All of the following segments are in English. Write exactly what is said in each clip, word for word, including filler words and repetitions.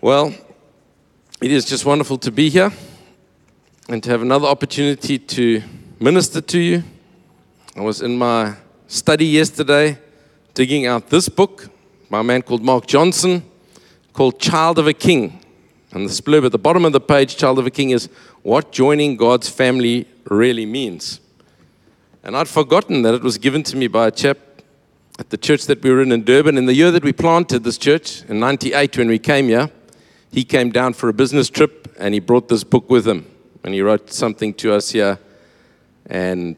Well, it is just wonderful to be here and to have another opportunity to minister to you. I was in my study yesterday digging out this book by a man called Mark Johnson called Child of a King. And the splurb at the bottom of the page, Child of a King, is what joining God's family really means. And I'd forgotten that it was given to me by a chap at the church that we were in in Durban. In the year that we planted this church, in ninety-eight when we came here, he came down for a business trip and he brought this book with him. And he wrote something to us here. And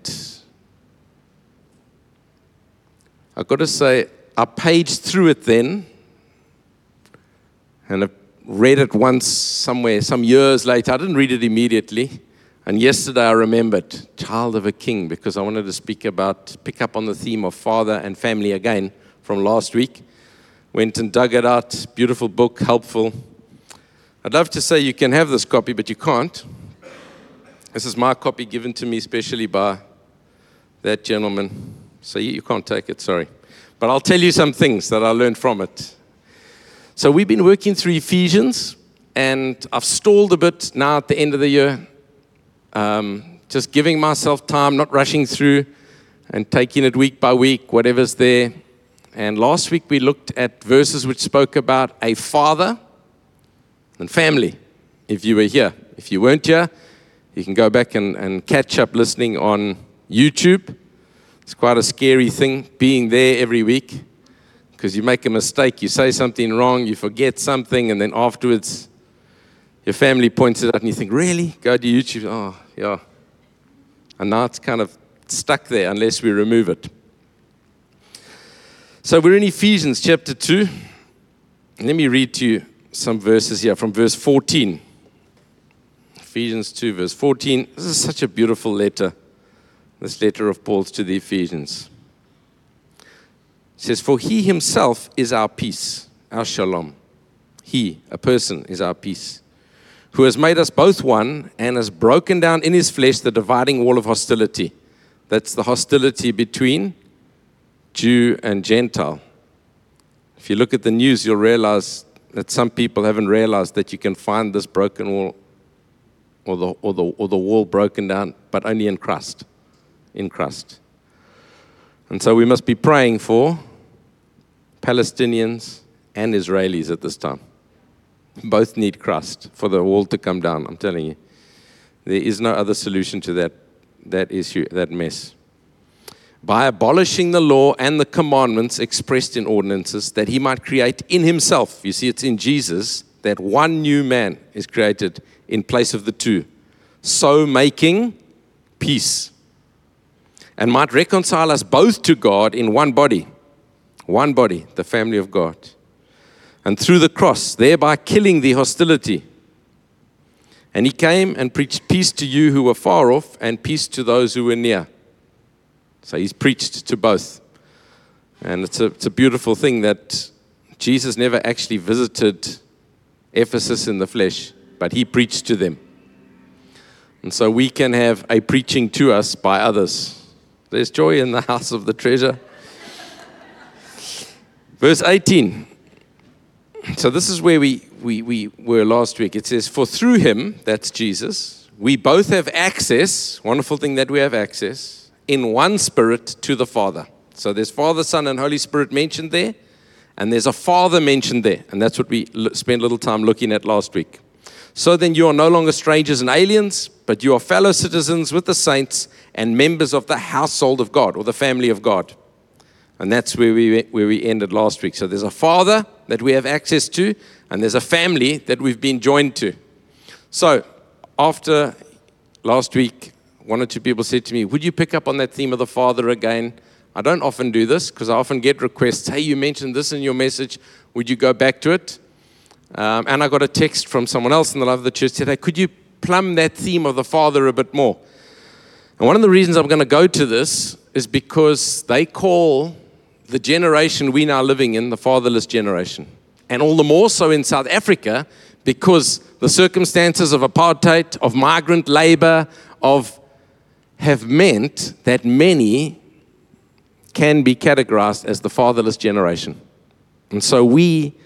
I've got to say, I paged through it then and I read it once somewhere, some years later. I didn't read it immediately. And yesterday I remembered, Child of a King, because I wanted to speak about, pick up on the theme of father and family again from last week. Went and dug it out. Beautiful book, helpful. I'd love to say you can have this copy, but you can't. This is my copy given to me specially by that gentleman. So you, you can't take it, sorry. But I'll tell you some things that I learned from it. So we've been working through Ephesians, and I've stalled a bit now at the end of the year. Um, just giving myself time, not rushing through and taking it week by week, whatever's there. And last week we looked at verses which spoke about a father and family, if you were here. If you weren't here, you can go back and, and catch up listening on YouTube. It's quite a scary thing being there every week because you make a mistake, you say something wrong, you forget something, and then afterwards your family points it out and you think, really? Go to YouTube. Oh, yeah. And now it's kind of stuck there unless we remove it. So we're in Ephesians chapter two. Let me read to you some verses here from verse fourteen. Ephesians two, verse fourteen. This is such a beautiful letter, this letter of Paul's to the Ephesians. It says, for he himself is our peace, our shalom. He, a person, is our peace, who has made us both one and has broken down in his flesh the dividing wall of hostility. That's the hostility between Jew and Gentile. If you look at the news, you'll realize that some people haven't realized that you can find this broken wall or the, or the, or the wall broken down, but only in Christ, in Christ. And so we must be praying for Palestinians and Israelis at this time. Both need Christ for the wall to come down, I'm telling you. There is no other solution to that, that issue, that mess. By abolishing the law and the commandments expressed in ordinances, that he might create in himself, you see it's in Jesus, that one new man is created in place of the two, so making peace, and might reconcile us both to God in one body, one body, the family of God. And through the cross, thereby killing the hostility. And he came and preached peace to you who were far off and peace to those who were near. So he's preached to both. And it's a, it's a beautiful thing that Jesus never actually visited Ephesus in the flesh, but he preached to them. And so we can have a preaching to us by others. There's joy in the house of the treasure. Verse eighteen. So this is where we, we, we were last week. It says, for through him, that's Jesus, we both have access, wonderful thing that we have access, in one spirit to the Father. So there's Father, Son, and Holy Spirit mentioned there, and there's a Father mentioned there. And that's what we spent a little time looking at last week. So then you are no longer strangers and aliens, but you are fellow citizens with the saints and members of the household of God, or the family of God. And that's where we where we ended last week. So there's a father that we have access to, and there's a family that we've been joined to. So after last week, one or two people said to me, would you pick up on that theme of the father again? I don't often do this because I often get requests, hey, you mentioned this in your message. Would you go back to it? Um, and I got a text from someone else in the life of the church said, hey, could you plumb that theme of the father a bit more? And one of the reasons I'm going to go to this is because they call the generation we now living in the fatherless generation. And all the more so in South Africa because the circumstances of apartheid, of migrant labor, of have meant that many can be categorized as the fatherless generation. And so we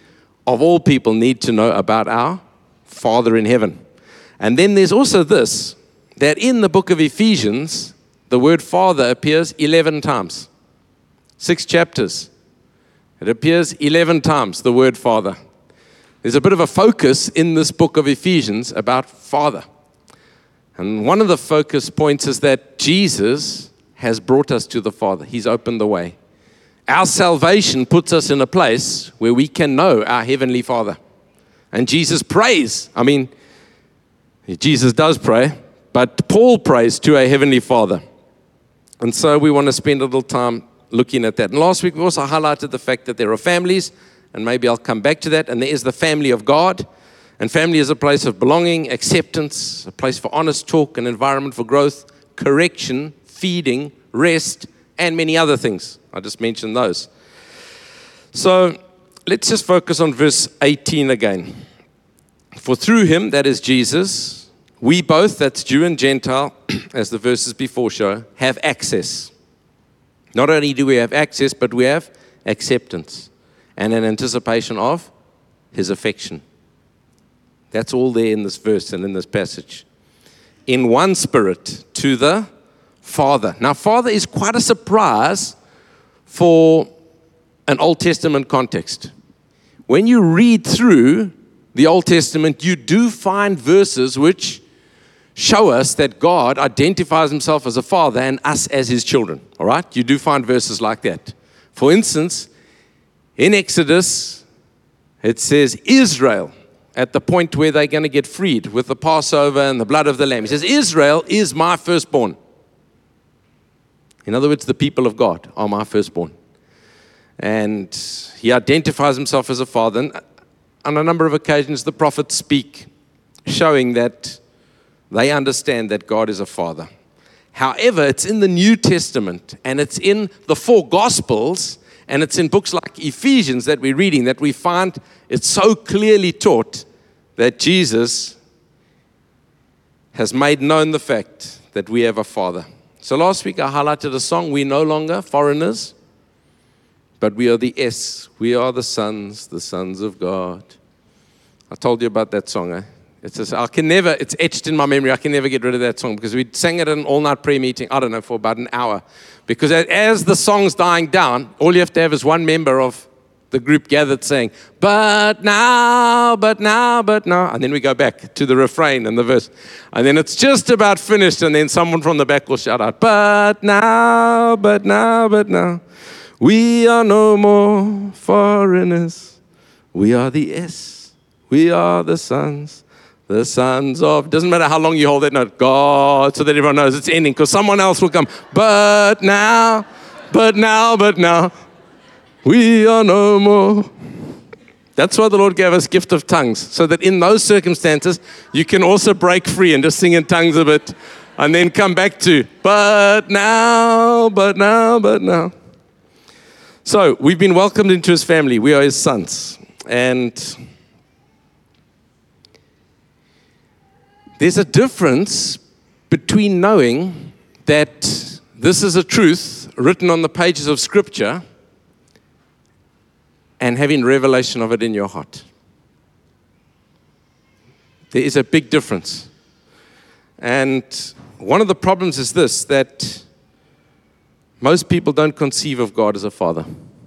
of all people, need to know about our Father in heaven. And then there's also this, that in the book of Ephesians, the word Father appears eleven times. Six chapters. It appears eleven times, the word Father. There's a bit of a focus in this book of Ephesians about Father. And one of the focus points is that Jesus has brought us to the Father. He's opened the way. Our salvation puts us in a place where we can know our Heavenly Father. And Jesus prays. I mean, Jesus does pray, but Paul prays to a Heavenly Father. And so we want to spend a little time looking at that. And last week we also highlighted the fact that there are families, and maybe I'll come back to that. And there is the family of God. And family is a place of belonging, acceptance, a place for honest talk, an environment for growth, correction, feeding, rest, and many other things. I just mentioned those. So let's just focus on verse eighteen again. For through him, that is Jesus, we both, that's Jew and Gentile, as the verses before show, have access. Not only do we have access, but we have acceptance and an anticipation of his affection. That's all there in this verse and in this passage. In one spirit to the Father. Now, Father is quite a surprise for an Old Testament context. When you read through the Old Testament, you do find verses which show us that God identifies himself as a father and us as his children. All right? You do find verses like that. For instance, in Exodus, it says Israel, at the point where they're going to get freed with the Passover and the blood of the Lamb. He says, Israel is my firstborn. In other words, the people of God are my firstborn. And he identifies himself as a father. And on a number of occasions, the prophets speak, showing that they understand that God is a father. However, it's in the New Testament, and it's in the four Gospels, and it's in books like Ephesians that we're reading, that we find it's so clearly taught that Jesus has made known the fact that we have a father. So last week I highlighted a song, We're No Longer Foreigners, but we are the S. We are the sons, the sons of God. I told you about that song, eh? It's just, I can never, it's etched in my memory. I can never get rid of that song because we sang it at an all-night prayer meeting, I don't know, for about an hour. Because as the song's dying down, all you have to have is one member of the group gathered saying, but now, but now, but now. And then we go back to the refrain and the verse. And then it's just about finished. And then someone from the back will shout out, but now, but now, but now. We are no more foreigners. We are the S. We are the sons. The sons of, doesn't matter how long you hold that note, God, so that everyone knows it's ending. Because someone else will come, but now, but now, but now. We are no more. That's why the Lord gave us gift of tongues, so that in those circumstances, you can also break free and just sing in tongues a bit, and then come back to, but now, but now, but now. So, we've been welcomed into his family. We are his sons. And there's a difference between knowing that this is a truth written on the pages of Scripture and having revelation of it in your heart. There is a big difference. And one of the problems is this, that most people don't conceive of God as a father.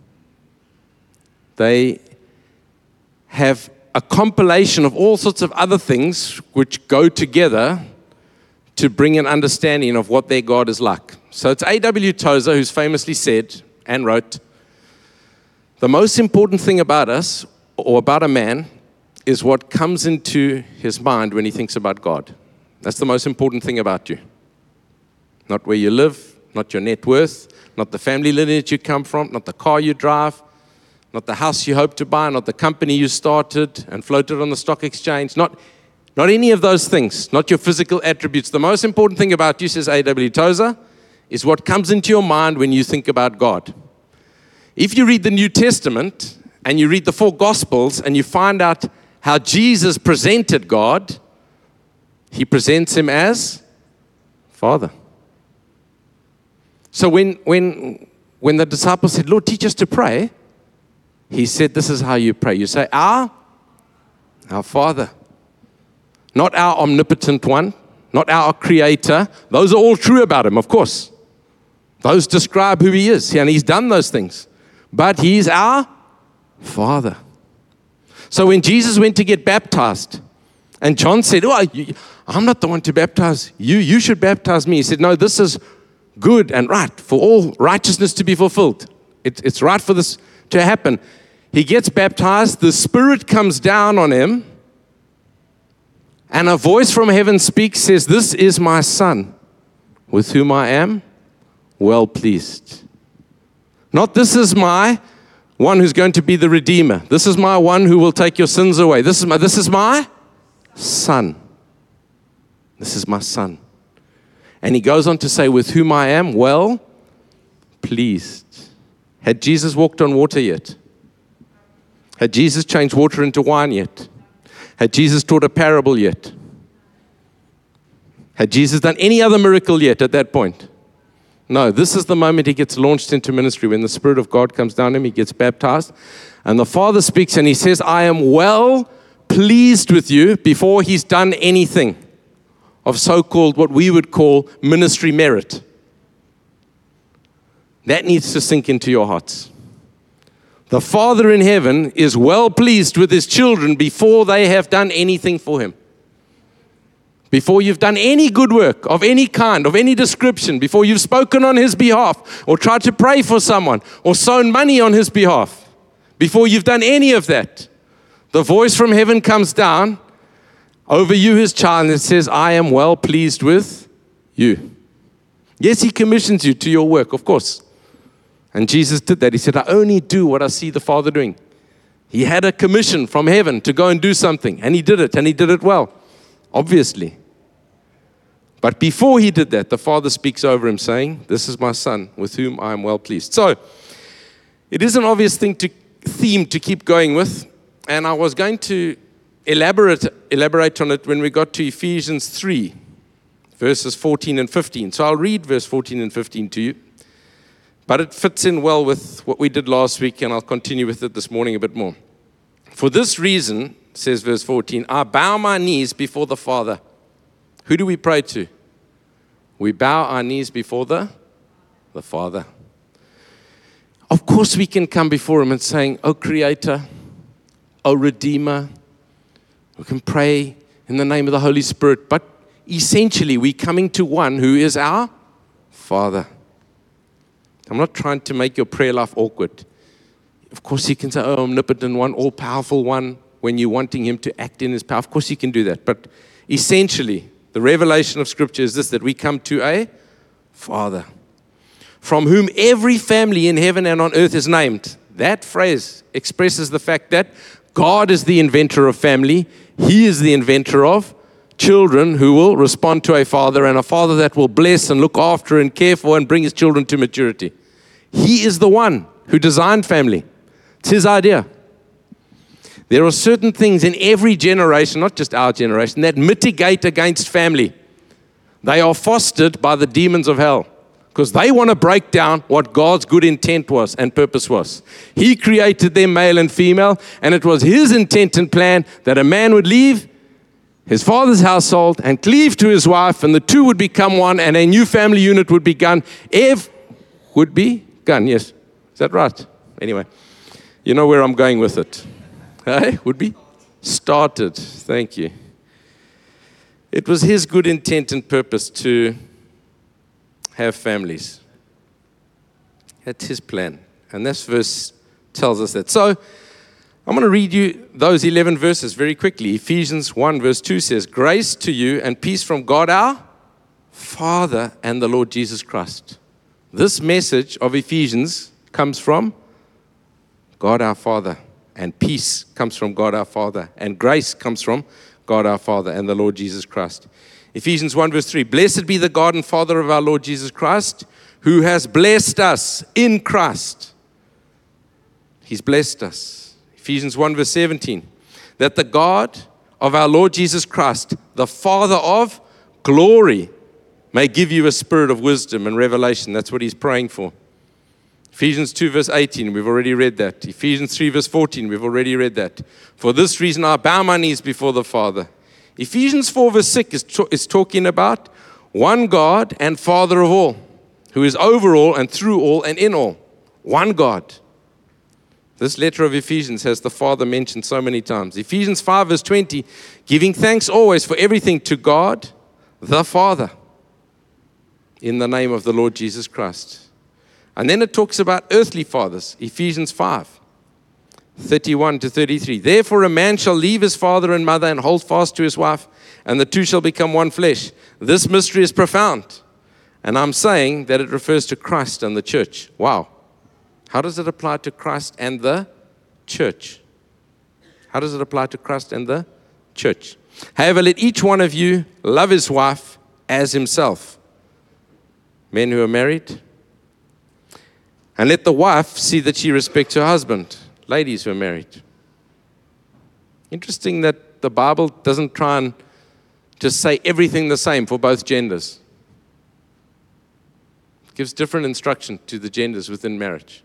They have a compilation of all sorts of other things which go together to bring an understanding of what their God is like. So it's A W Tozer who's famously said and wrote, the most important thing about us, or about a man, is what comes into his mind when he thinks about God. That's the most important thing about you. Not where you live, not your net worth, not the family lineage you come from, not the car you drive, not the house you hope to buy, not the company you started and floated on the stock exchange, not, not any of those things, not your physical attributes. The most important thing about you, says A W Tozer, is what comes into your mind when you think about God. If you read the New Testament and you read the four Gospels and you find out how Jesus presented God, he presents him as Father. So when, when, when the disciples said, Lord, teach us to pray, He said, this is how you pray. You say, our, our Father. Not our omnipotent one, not our creator. Those are all true about him, of course. Those describe who he is, and he's done those things. But he's our Father. So when Jesus went to get baptized, and John said, oh, you, I'm not the one to baptize you. You should baptize me. He said, no, this is good and right for all righteousness to be fulfilled. It, it's right for this to happen. He gets baptized. The Spirit comes down on him. And a voice from heaven speaks, says, this is my Son, with whom I am well pleased. Not this is my one who's going to be the Redeemer. This is my one who will take your sins away. This is my, this is my Son. This is my Son. And he goes on to say, with whom I am well pleased. Had Jesus walked on water yet? Had Jesus changed water into wine yet? Had Jesus taught a parable yet? Had Jesus done any other miracle yet at that point? No, this is the moment he gets launched into ministry. When the Spirit of God comes down him, he gets baptized. And the Father speaks and he says, I am well pleased with you, before he's done anything of so-called what we would call ministry merit. That needs to sink into your hearts. The Father in heaven is well pleased with his children before they have done anything for him. Before you've done any good work of any kind, of any description, before you've spoken on his behalf, or tried to pray for someone, or sown money on his behalf, before you've done any of that, the voice from heaven comes down over you, his child, and it says, I am well pleased with you. Yes, he commissions you to your work, of course. And Jesus did that. He said, I only do what I see the Father doing. He had a commission from heaven to go and do something, and he did it, and he did it well, obviously. But before he did that, the Father speaks over him saying, this is my Son with whom I am well pleased. So it is an obvious thing to theme to keep going with, and I was going to elaborate, elaborate on it when we got to Ephesians three, verses fourteen and fifteen. So I'll read verse fourteen and fifteen to you. But it fits in well with what we did last week, and I'll continue with it this morning a bit more. For this reason, says verse fourteen, I bow my knees before the Father. Who do we pray to? We bow our knees before the, the Father. Of course we can come before him and saying, oh Creator, oh Redeemer. We can pray in the name of the Holy Spirit, but essentially we're coming to one who is our Father. I'm not trying to make your prayer life awkward. Of course, you can say, oh, omnipotent one, all-powerful one, when you're wanting him to act in his power. Of course, you can do that. But essentially, the revelation of Scripture is this, that we come to a Father, from whom every family in heaven and on earth is named. That phrase expresses the fact that God is the inventor of family. He is the inventor of children who will respond to a father, and a father that will bless and look after and care for and bring his children to maturity. He is the one who designed family. It's his idea. There are certain things in every generation, not just our generation, that mitigate against family. They are fostered by the demons of hell because they want to break down what God's good intent was and purpose was. He created them male and female, and it was his intent and plan that a man would leave his father's household and cleave to his wife, and the two would become one, and a new family unit would begun. Ev would be gun, yes. Is that right? Anyway, you know where I'm going with it. Hey, would be started. Thank you. It was his good intent and purpose to have families. That's his plan. And this verse tells us that. So I'm going to read you those eleven verses very quickly. Ephesians one verse two says, grace to you and peace from God our Father and the Lord Jesus Christ. This message of Ephesians comes from God our Father. And peace comes from God our Father. And grace comes from God our Father and the Lord Jesus Christ. Ephesians one verse three, blessed be the God and Father of our Lord Jesus Christ, who has blessed us in Christ. He's blessed us. Ephesians one verse seventeen, that the God of our Lord Jesus Christ, the Father of glory, may give you a spirit of wisdom and revelation. That's what he's praying for. Ephesians two verse eighteen, we've already read that. Ephesians three verse fourteen, we've already read that. For this reason I bow my knees before the Father. Ephesians four verse six is, to- is talking about one God and Father of all, who is over all and through all and in all. One God. This letter of Ephesians has the Father mentioned so many times. Ephesians five verse twenty, giving thanks always for everything to God, the Father, in the name of the Lord Jesus Christ. And then it talks about earthly fathers. Ephesians five, thirty-one to thirty-three. Therefore a man shall leave his father and mother and hold fast to his wife, and the two shall become one flesh. This mystery is profound. And I'm saying that it refers to Christ and the church. Wow. How does it apply to Christ and the church? How does it apply to Christ and the church? However, let each one of you love his wife as himself. Men who are married. And let the wife see that she respects her husband. Ladies who are married. Interesting that the Bible doesn't try and just say everything the same for both genders. It gives different instruction to the genders within marriage.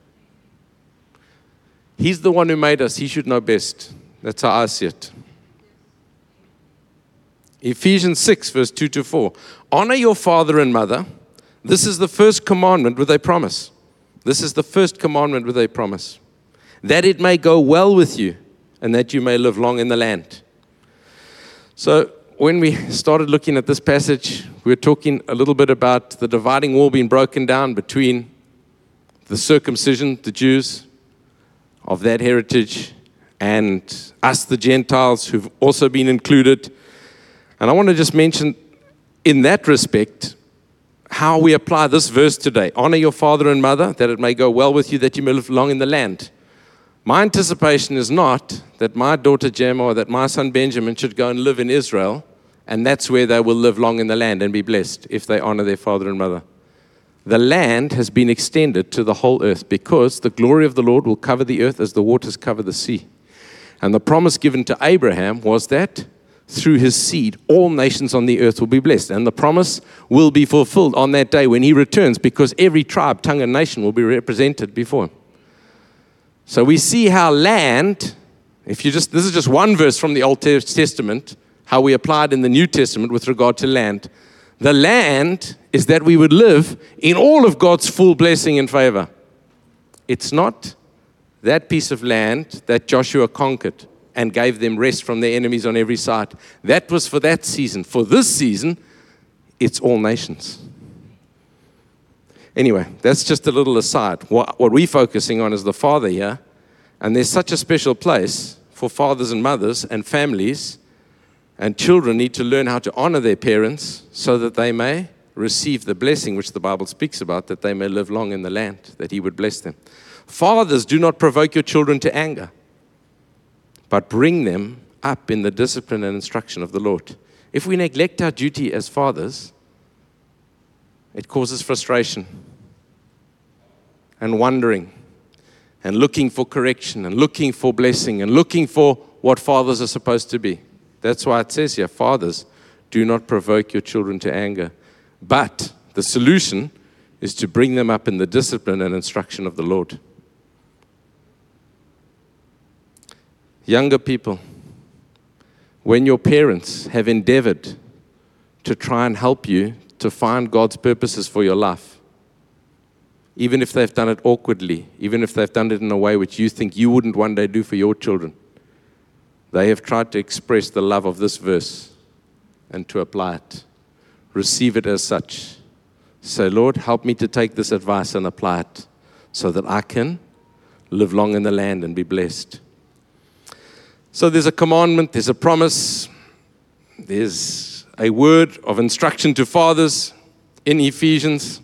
He's the one who made us. He should know best. That's how I see it. Ephesians six, verse two to four. Honor your father and mother. This is the first commandment with a promise. This is the first commandment with a promise. That it may go well with you and that you may live long in the land. So when we started looking at this passage, we were talking a little bit about the dividing wall being broken down between the circumcision, the Jews, of that heritage, and us, the Gentiles, who've also been included. And I want to just mention, in that respect, how we apply this verse today. Honor your father and mother, that it may go well with you, that you may live long in the land. My anticipation is not that my daughter Gemma or that my son Benjamin should go and live in Israel, and that's where they will live long in the land and be blessed if they honor their father and mother. The land has been extended to the whole earth because the glory of the Lord will cover the earth as the waters cover the sea. And the promise given to Abraham was that through his seed, all nations on the earth will be blessed. And the promise will be fulfilled on that day when he returns because every tribe, tongue, and nation will be represented before him. So we see how land, if you just, this is just one verse from the Old Testament, how we apply it in the New Testament with regard to land. The land is that we would live in all of God's full blessing and favor. It's not that piece of land that Joshua conquered and gave them rest from their enemies on every side. That was for that season. For this season, it's all nations. Anyway, that's just a little aside. What, what we're focusing on is the Father here. And there's such a special place for fathers and mothers and families. And children need to learn how to honor their parents so that they may receive the blessing which the Bible speaks about, that they may live long in the land, that he would bless them. Fathers, do not provoke your children to anger, but bring them up in the discipline and instruction of the Lord. If we neglect our duty as fathers, it causes frustration and wondering and looking for correction and looking for blessing and looking for what fathers are supposed to be. That's why it says here, fathers, do not provoke your children to anger. But the solution is to bring them up in the discipline and instruction of the Lord. Younger people, when your parents have endeavored to try and help you to find God's purposes for your life, even if they've done it awkwardly, even if they've done it in a way which you think you wouldn't one day do for your children, they have tried to express the love of this verse and to apply it. Receive it as such. Say, Lord, help me to take this advice and apply it so that I can live long in the land and be blessed. So there's a commandment, there's a promise, there's a word of instruction to fathers in Ephesians.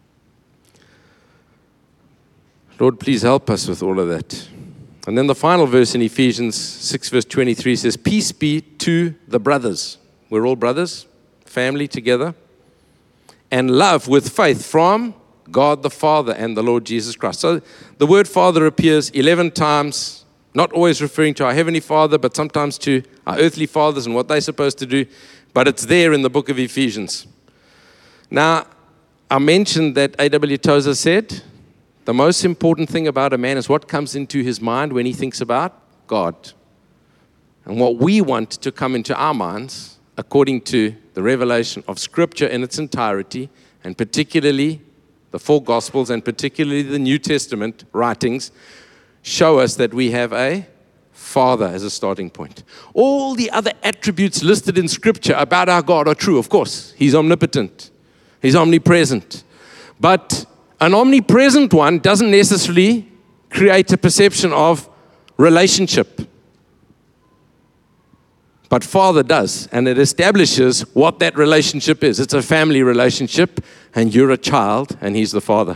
Lord, please help us with all of that. And then the final verse in Ephesians six, verse twenty-three says, peace be to the brothers. We're all brothers, family together. And love with faith from God the Father and the Lord Jesus Christ. So the word Father appears eleven times, not always referring to our Heavenly Father, but sometimes to our earthly fathers and what they're supposed to do. But it's there in the book of Ephesians. Now, I mentioned that A W Tozer said the most important thing about a man is what comes into his mind when he thinks about God. And what we want to come into our minds, according to the revelation of Scripture in its entirety, and particularly the four Gospels, and particularly the New Testament writings, show us that we have a Father as a starting point. All the other attributes listed in Scripture about our God are true, of course. He's omnipotent. He's omnipresent. But an omnipresent one doesn't necessarily create a perception of relationship. But Father does, and it establishes what that relationship is. It's a family relationship, and you're a child, and He's the Father.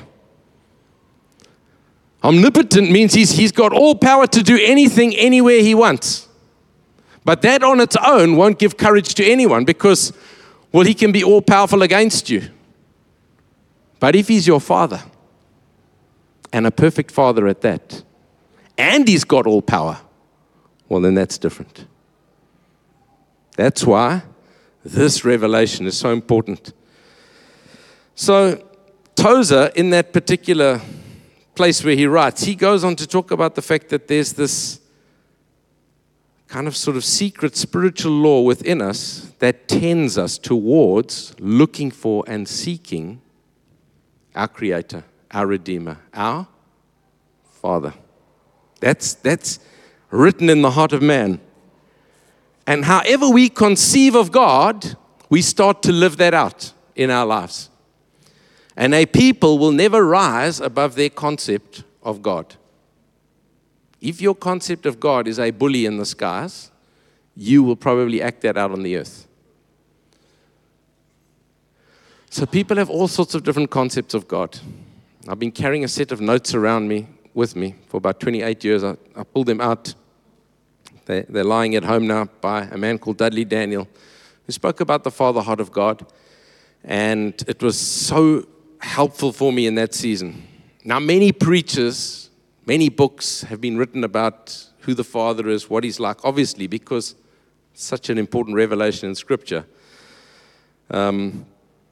Omnipotent means he's, he's got all power to do anything, anywhere He wants. But that on its own won't give courage to anyone because, well, He can be all powerful against you. But if He's your Father, and a perfect Father at that, and He's got all power, well, then that's different. That's why this revelation is so important. So, Tozer, in that particular place where he writes, he goes on to talk about the fact that there's this kind of sort of secret spiritual law within us that tends us towards looking for and seeking our Creator, our Redeemer, our Father. That's, that's written in the heart of man. And however we conceive of God, we start to live that out in our lives. And a people will never rise above their concept of God. If your concept of God is a bully in the skies, you will probably act that out on the earth. So people have all sorts of different concepts of God. I've been carrying a set of notes around me, with me, for about twenty-eight years. I, I pulled them out. They, they're lying at home now by a man called Dudley Daniel, who spoke about the Father heart of God. And it was so helpful for me in that season. Now, many preachers, many books have been written about who the Father is, what He's like, obviously, because it's such an important revelation in Scripture. Um,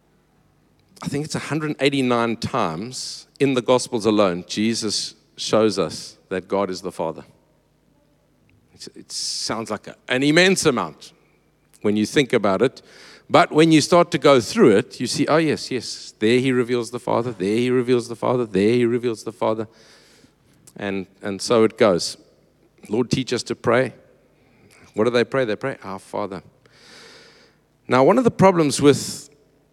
I think it's one hundred eighty-nine times in the Gospels alone, Jesus shows us that God is the Father. It's, it sounds like a, an immense amount when you think about it. But when you start to go through it, you see, oh, yes, yes, there He reveals the Father, there He reveals the Father, there He reveals the Father. And, and so it goes. Lord, teach us to pray. What do they pray? They pray, Our Father. Now, one of the problems with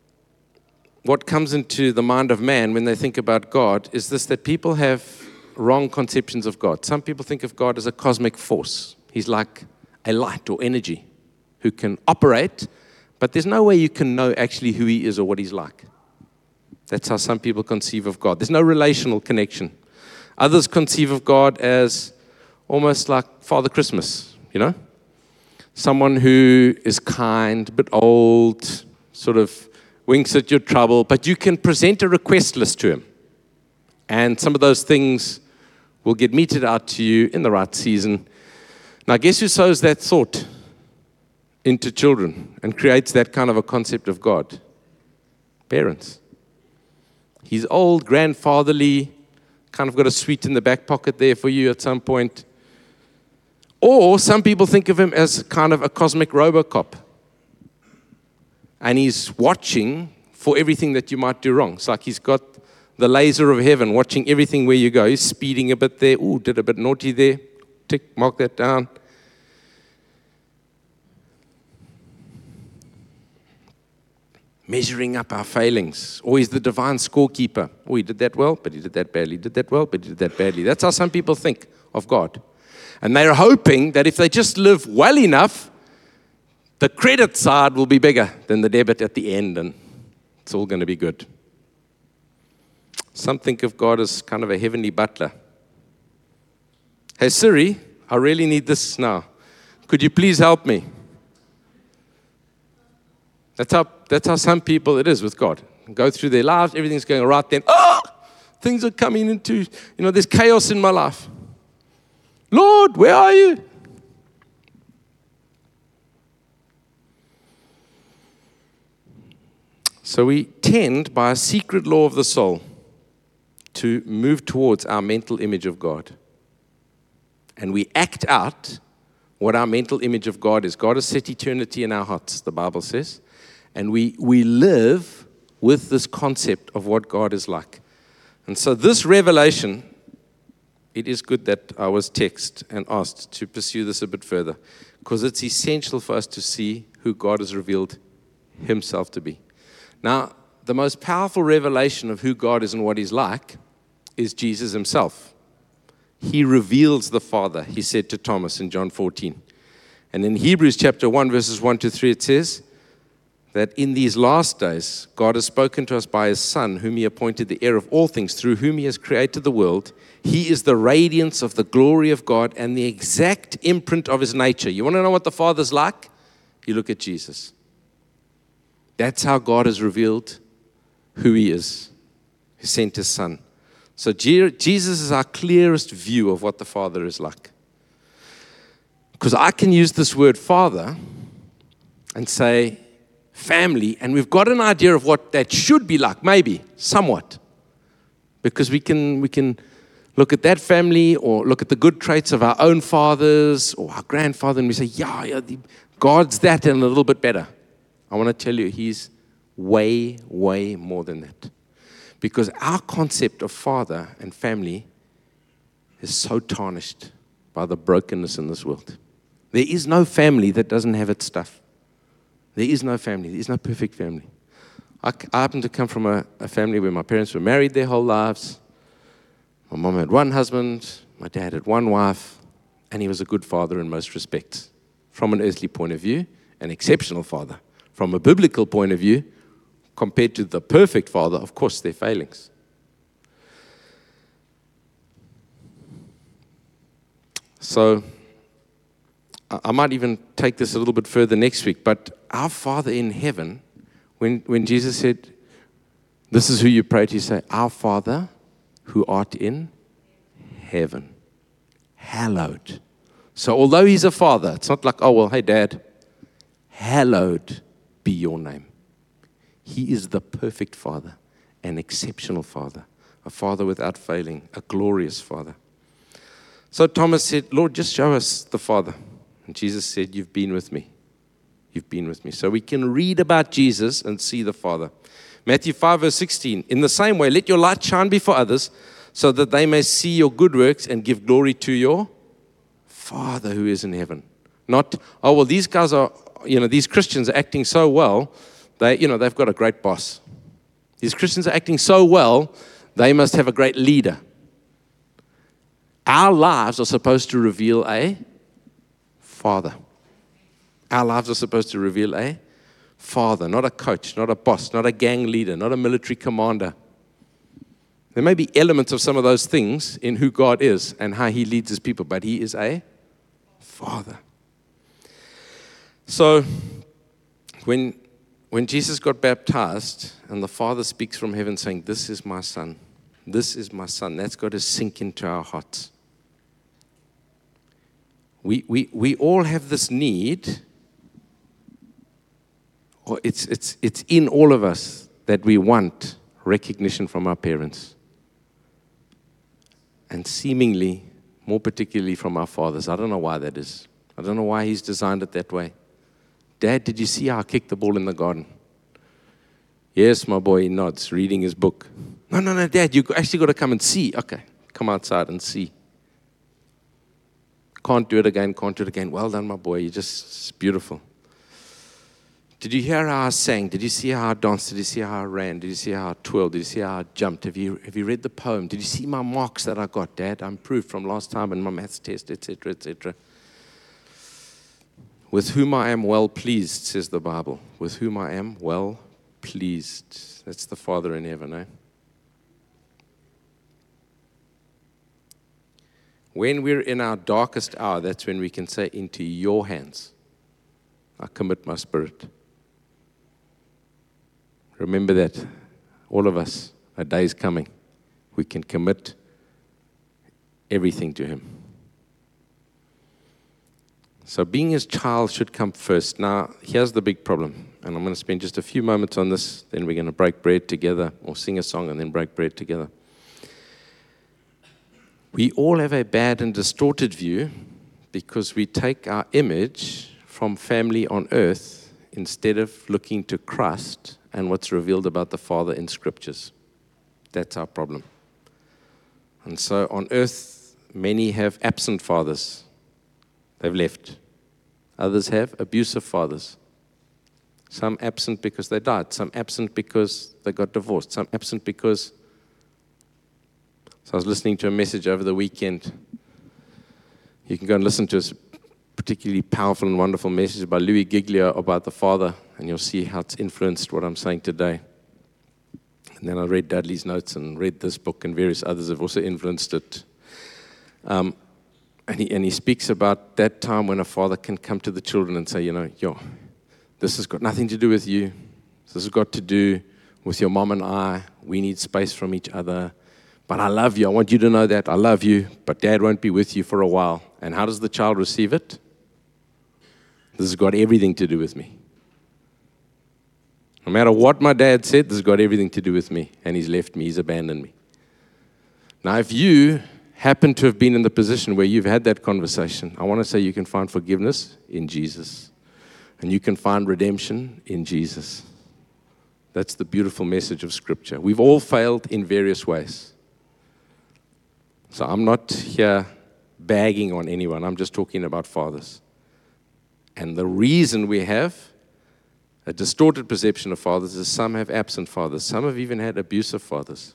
what comes into the mind of man when they think about God is this, that people have wrong conceptions of God. Some people think of God as a cosmic force. He's like a light or energy who can operate, but there's no way you can know actually who He is or what He's like. That's how some people conceive of God. There's no relational connection. Others conceive of God as almost like Father Christmas, you know? Someone who is kind, but old, sort of winks at your trouble, but you can present a request list to Him. And some of those things will get meted out to you in the right season. Now, guess who sows that thought into children and creates that kind of a concept of God? Parents. He's old, grandfatherly, kind of got a sweet in the back pocket there for you at some point. Or some people think of Him as kind of a cosmic RoboCop. And He's watching for everything that you might do wrong. It's like He's got the laser of heaven watching everything where you go. He's speeding a bit there. Ooh, did a bit naughty there. Tick, mark that down. Measuring up our failings. Or He's the divine scorekeeper. Oh, He did that well, but He did that badly. He did that well, but He did that badly. That's how some people think of God. And they're hoping that if they just live well enough, the credit side will be bigger than the debit at the end, and it's all going to be good. Some think of God as kind of a heavenly butler. Hey, Siri, I really need this now. Could you please help me? That's how, that's how some people it is with God. Go through their lives, everything's going right, then, oh, things are coming into, you know, there's chaos in my life. Lord, where are you? So we tend, by a secret law of the soul, to move towards our mental image of God. And we act out what our mental image of God is. God has set eternity in our hearts, the Bible says. And we, we live with this concept of what God is like. And so this revelation, it is good that I was texted and asked to pursue this a bit further, because it's essential for us to see who God has revealed himself to be. Now, the most powerful revelation of who God is and what he's like is Jesus himself. He reveals the Father, he said to Thomas in John fourteen. And in Hebrews chapter one, verses one to three, it says that in these last days, God has spoken to us by his Son, whom he appointed the heir of all things, through whom he has created the world. He is the radiance of the glory of God and the exact imprint of his nature. You want to know what the Father's like? You look at Jesus. That's how God has revealed who he is. He sent his Son. So Jesus is our clearest view of what the Father is like. Because I can use this word Father and say family, and we've got an idea of what that should be like, maybe, somewhat. Because we can, we can look at that family or look at the good traits of our own fathers or our grandfather, and we say, yeah, yeah, God's that and a little bit better. I want to tell you, he's way, way more than that. Because our concept of father and family is so tarnished by the brokenness in this world. There is no family that doesn't have its stuff. There is no family. There is no perfect family. I, I happen to come from a, a family where my parents were married their whole lives. My mom had one husband. My dad had one wife. And he was a good father in most respects. From an earthly point of view, an exceptional father. From a biblical point of view, compared to the perfect father, of course, they're failings. So, I might even take this a little bit further next week, but our Father in heaven, when, when Jesus said, this is who you pray to, you say, our Father who art in heaven, hallowed. So although he's a father, it's not like, oh, well, hey, Dad, hallowed be your name. He is the perfect Father, an exceptional Father, a Father without failing, a glorious Father. So Thomas said, Lord, just show us the Father. And Jesus said, you've been with me. You've been with me. So we can read about Jesus and see the Father. Matthew five, verse sixteen, in the same way, let your light shine before others so that they may see your good works and give glory to your Father who is in heaven. Not, oh, well, these guys are, you know, these Christians are acting so well. They, you know, they've got a great boss. These Christians are acting so well, they must have a great leader. Our lives are supposed to reveal a Father. Our lives are supposed to reveal a Father, not a coach, not a boss, not a gang leader, not a military commander. There may be elements of some of those things in who God is and how he leads his people, but he is a Father. So, when When Jesus got baptized and the Father speaks from heaven saying, this is my Son, this is my Son, that's got to sink into our hearts. We, we, we all have this need, or it's, it's, it's in all of us that we want recognition from our parents. And seemingly, more particularly from our fathers. I don't know why that is. I don't know why he's designed it that way. Dad, did you see how I kicked the ball in the garden? Yes, my boy, he nods, reading his book. No, no, no, Dad, you actually got to come and see. Okay, come outside and see. Can't do it again, can't do it again. Well done, my boy, you're just it's beautiful. Did you hear how I sang? Did you see how I danced? Did you see how I ran? Did you see how I twirled? Did you see how I jumped? Have you, have you read the poem? Did you see my marks that I got, Dad? I improved from last time in my maths test, et cetera, et cetera. With whom I am well pleased, says the Bible. With whom I am well pleased. That's the Father in heaven, eh? When we're in our darkest hour, that's when we can say, into your hands, I commit my spirit. Remember that. All of us, a day is coming. We can commit everything to him. So being his child should come first. Now, here's the big problem. And I'm going to spend just a few moments on this. Then we're going to break bread together or sing a song and then break bread together. We all have a bad and distorted view because we take our image from family on earth instead of looking to Christ and what's revealed about the Father in Scriptures. That's our problem. And so on earth, many have absent fathers. They've left. Others have abusive fathers. Some absent because they died. Some absent because they got divorced. Some absent because... So I was listening to a message over the weekend. You can go and listen to a particularly powerful and wonderful message by Louis Giglio about the Father, and you'll see how it's influenced what I'm saying today. And then I read Dudley's notes and read this book, and various others have also influenced it. Um, and, he, and he speaks about that time when a father can come to the children and say, you know, yo, this has got nothing to do with you. This has got to do with your mom and I. We need space from each other. But I love you. I want you to know that. I love you, but Dad won't be with you for a while. And how does the child receive it? This has got everything to do with me. No matter what my dad said, this has got everything to do with me. And he's left me. He's abandoned me. Now, if you happen to have been in the position where you've had that conversation, I want to say you can find forgiveness in Jesus. And you can find redemption in Jesus. That's the beautiful message of Scripture. We've all failed in various ways. So I'm not here bagging on anyone. I'm just talking about fathers. And the reason we have a distorted perception of fathers is some have absent fathers. Some have even had abusive fathers.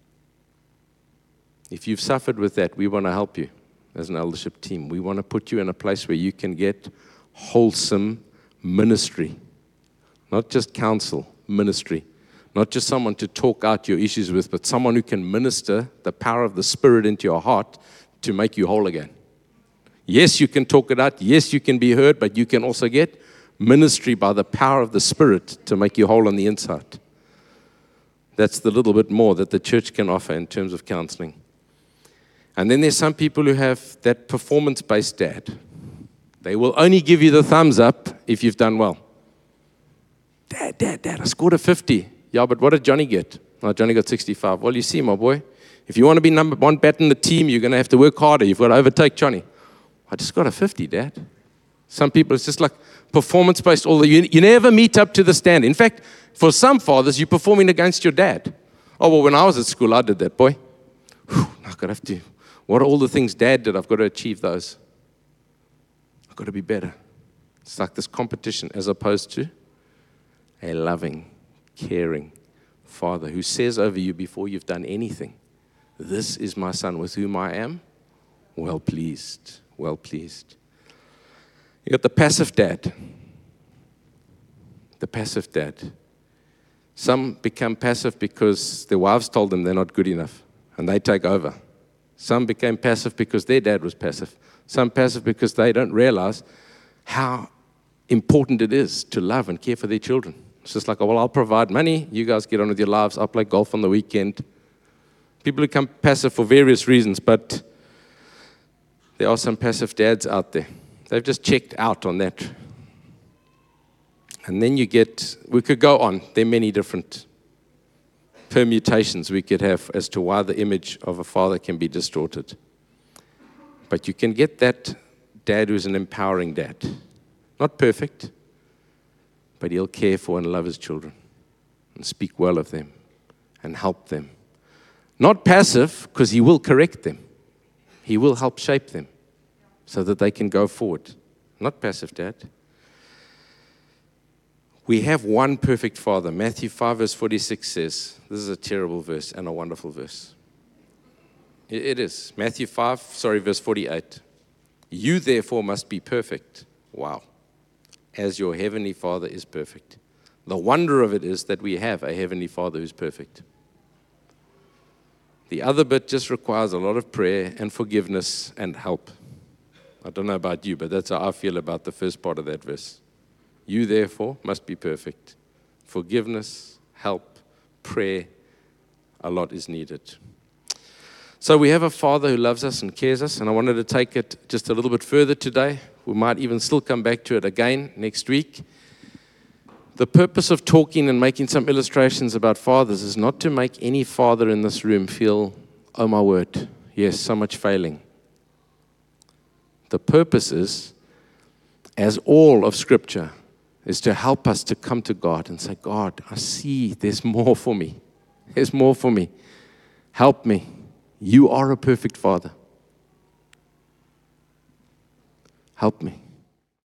If you've suffered with that, we want to help you as an eldership team. We want to put you in a place where you can get wholesome ministry. Not just counsel, ministry. Not just someone to talk out your issues with, but someone who can minister the power of the Spirit into your heart to make you whole again. Yes, you can talk it out. Yes, you can be heard, but you can also get ministry by the power of the Spirit to make you whole on the inside. That's the little bit more that the church can offer in terms of counseling. And then there's some people who have that performance-based dad. They will only give you the thumbs up if you've done well. Dad, dad, dad, I scored a fifty. Yeah, but what did Johnny get? Oh, Johnny got sixty-five. Well, you see, my boy, if you want to be number one bat in the team, you're going to have to work harder. You've got to overtake Johnny. I just got a fifty, Dad. Some people, it's just like performance-based. Although you, you never meet up to the standard. In fact, for some fathers, you're performing against your dad. Oh, well, when I was at school, I did that, boy. Whew, I've got to have to, what are all the things Dad did? I've got to achieve those. I've got to be better. It's like this competition as opposed to a loving, caring Father who says over you before you've done anything, this is my son with whom I am well pleased, well pleased. You got the passive dad. The passive dad. Some become passive because their wives told them they're not good enough, and they take over. Some became passive because their dad was passive. Some passive because they don't realize how important it is to love and care for their children. It's just like, oh, well, I'll provide money. You guys get on with your lives. I'll play golf on the weekend. People become passive for various reasons, but there are some passive dads out there. They've just checked out on that. And then you get, we could go on. There are many different permutations we could have as to why the image of a father can be distorted. But you can get that dad who's an empowering dad. Not perfect, but he'll care for and love his children and speak well of them and help them. Not passive, because he will correct them. He will help shape them so that they can go forward. Not passive, Dad. We have one perfect Father. Matthew five verse forty-six says, this is a terrible verse and a wonderful verse. It is. Matthew five, sorry, verse forty-eight. You therefore must be perfect. Wow. As your heavenly Father is perfect. The wonder of it is that we have a heavenly Father who's perfect. The other bit just requires a lot of prayer and forgiveness and help. I don't know about you, but that's how I feel about the first part of that verse. You, therefore, must be perfect. Forgiveness, help, prayer, a lot is needed. So we have a Father who loves us and cares us, and I wanted to take it just a little bit further today. We might even still come back to it again next week. The purpose of talking and making some illustrations about fathers is not to make any father in this room feel, oh my word, Yes, so much failing. The purpose is, as all of Scripture, is to help us to come to God and say, God, I see there's more for me. There's more for me. Help me. You are a perfect Father. Help me.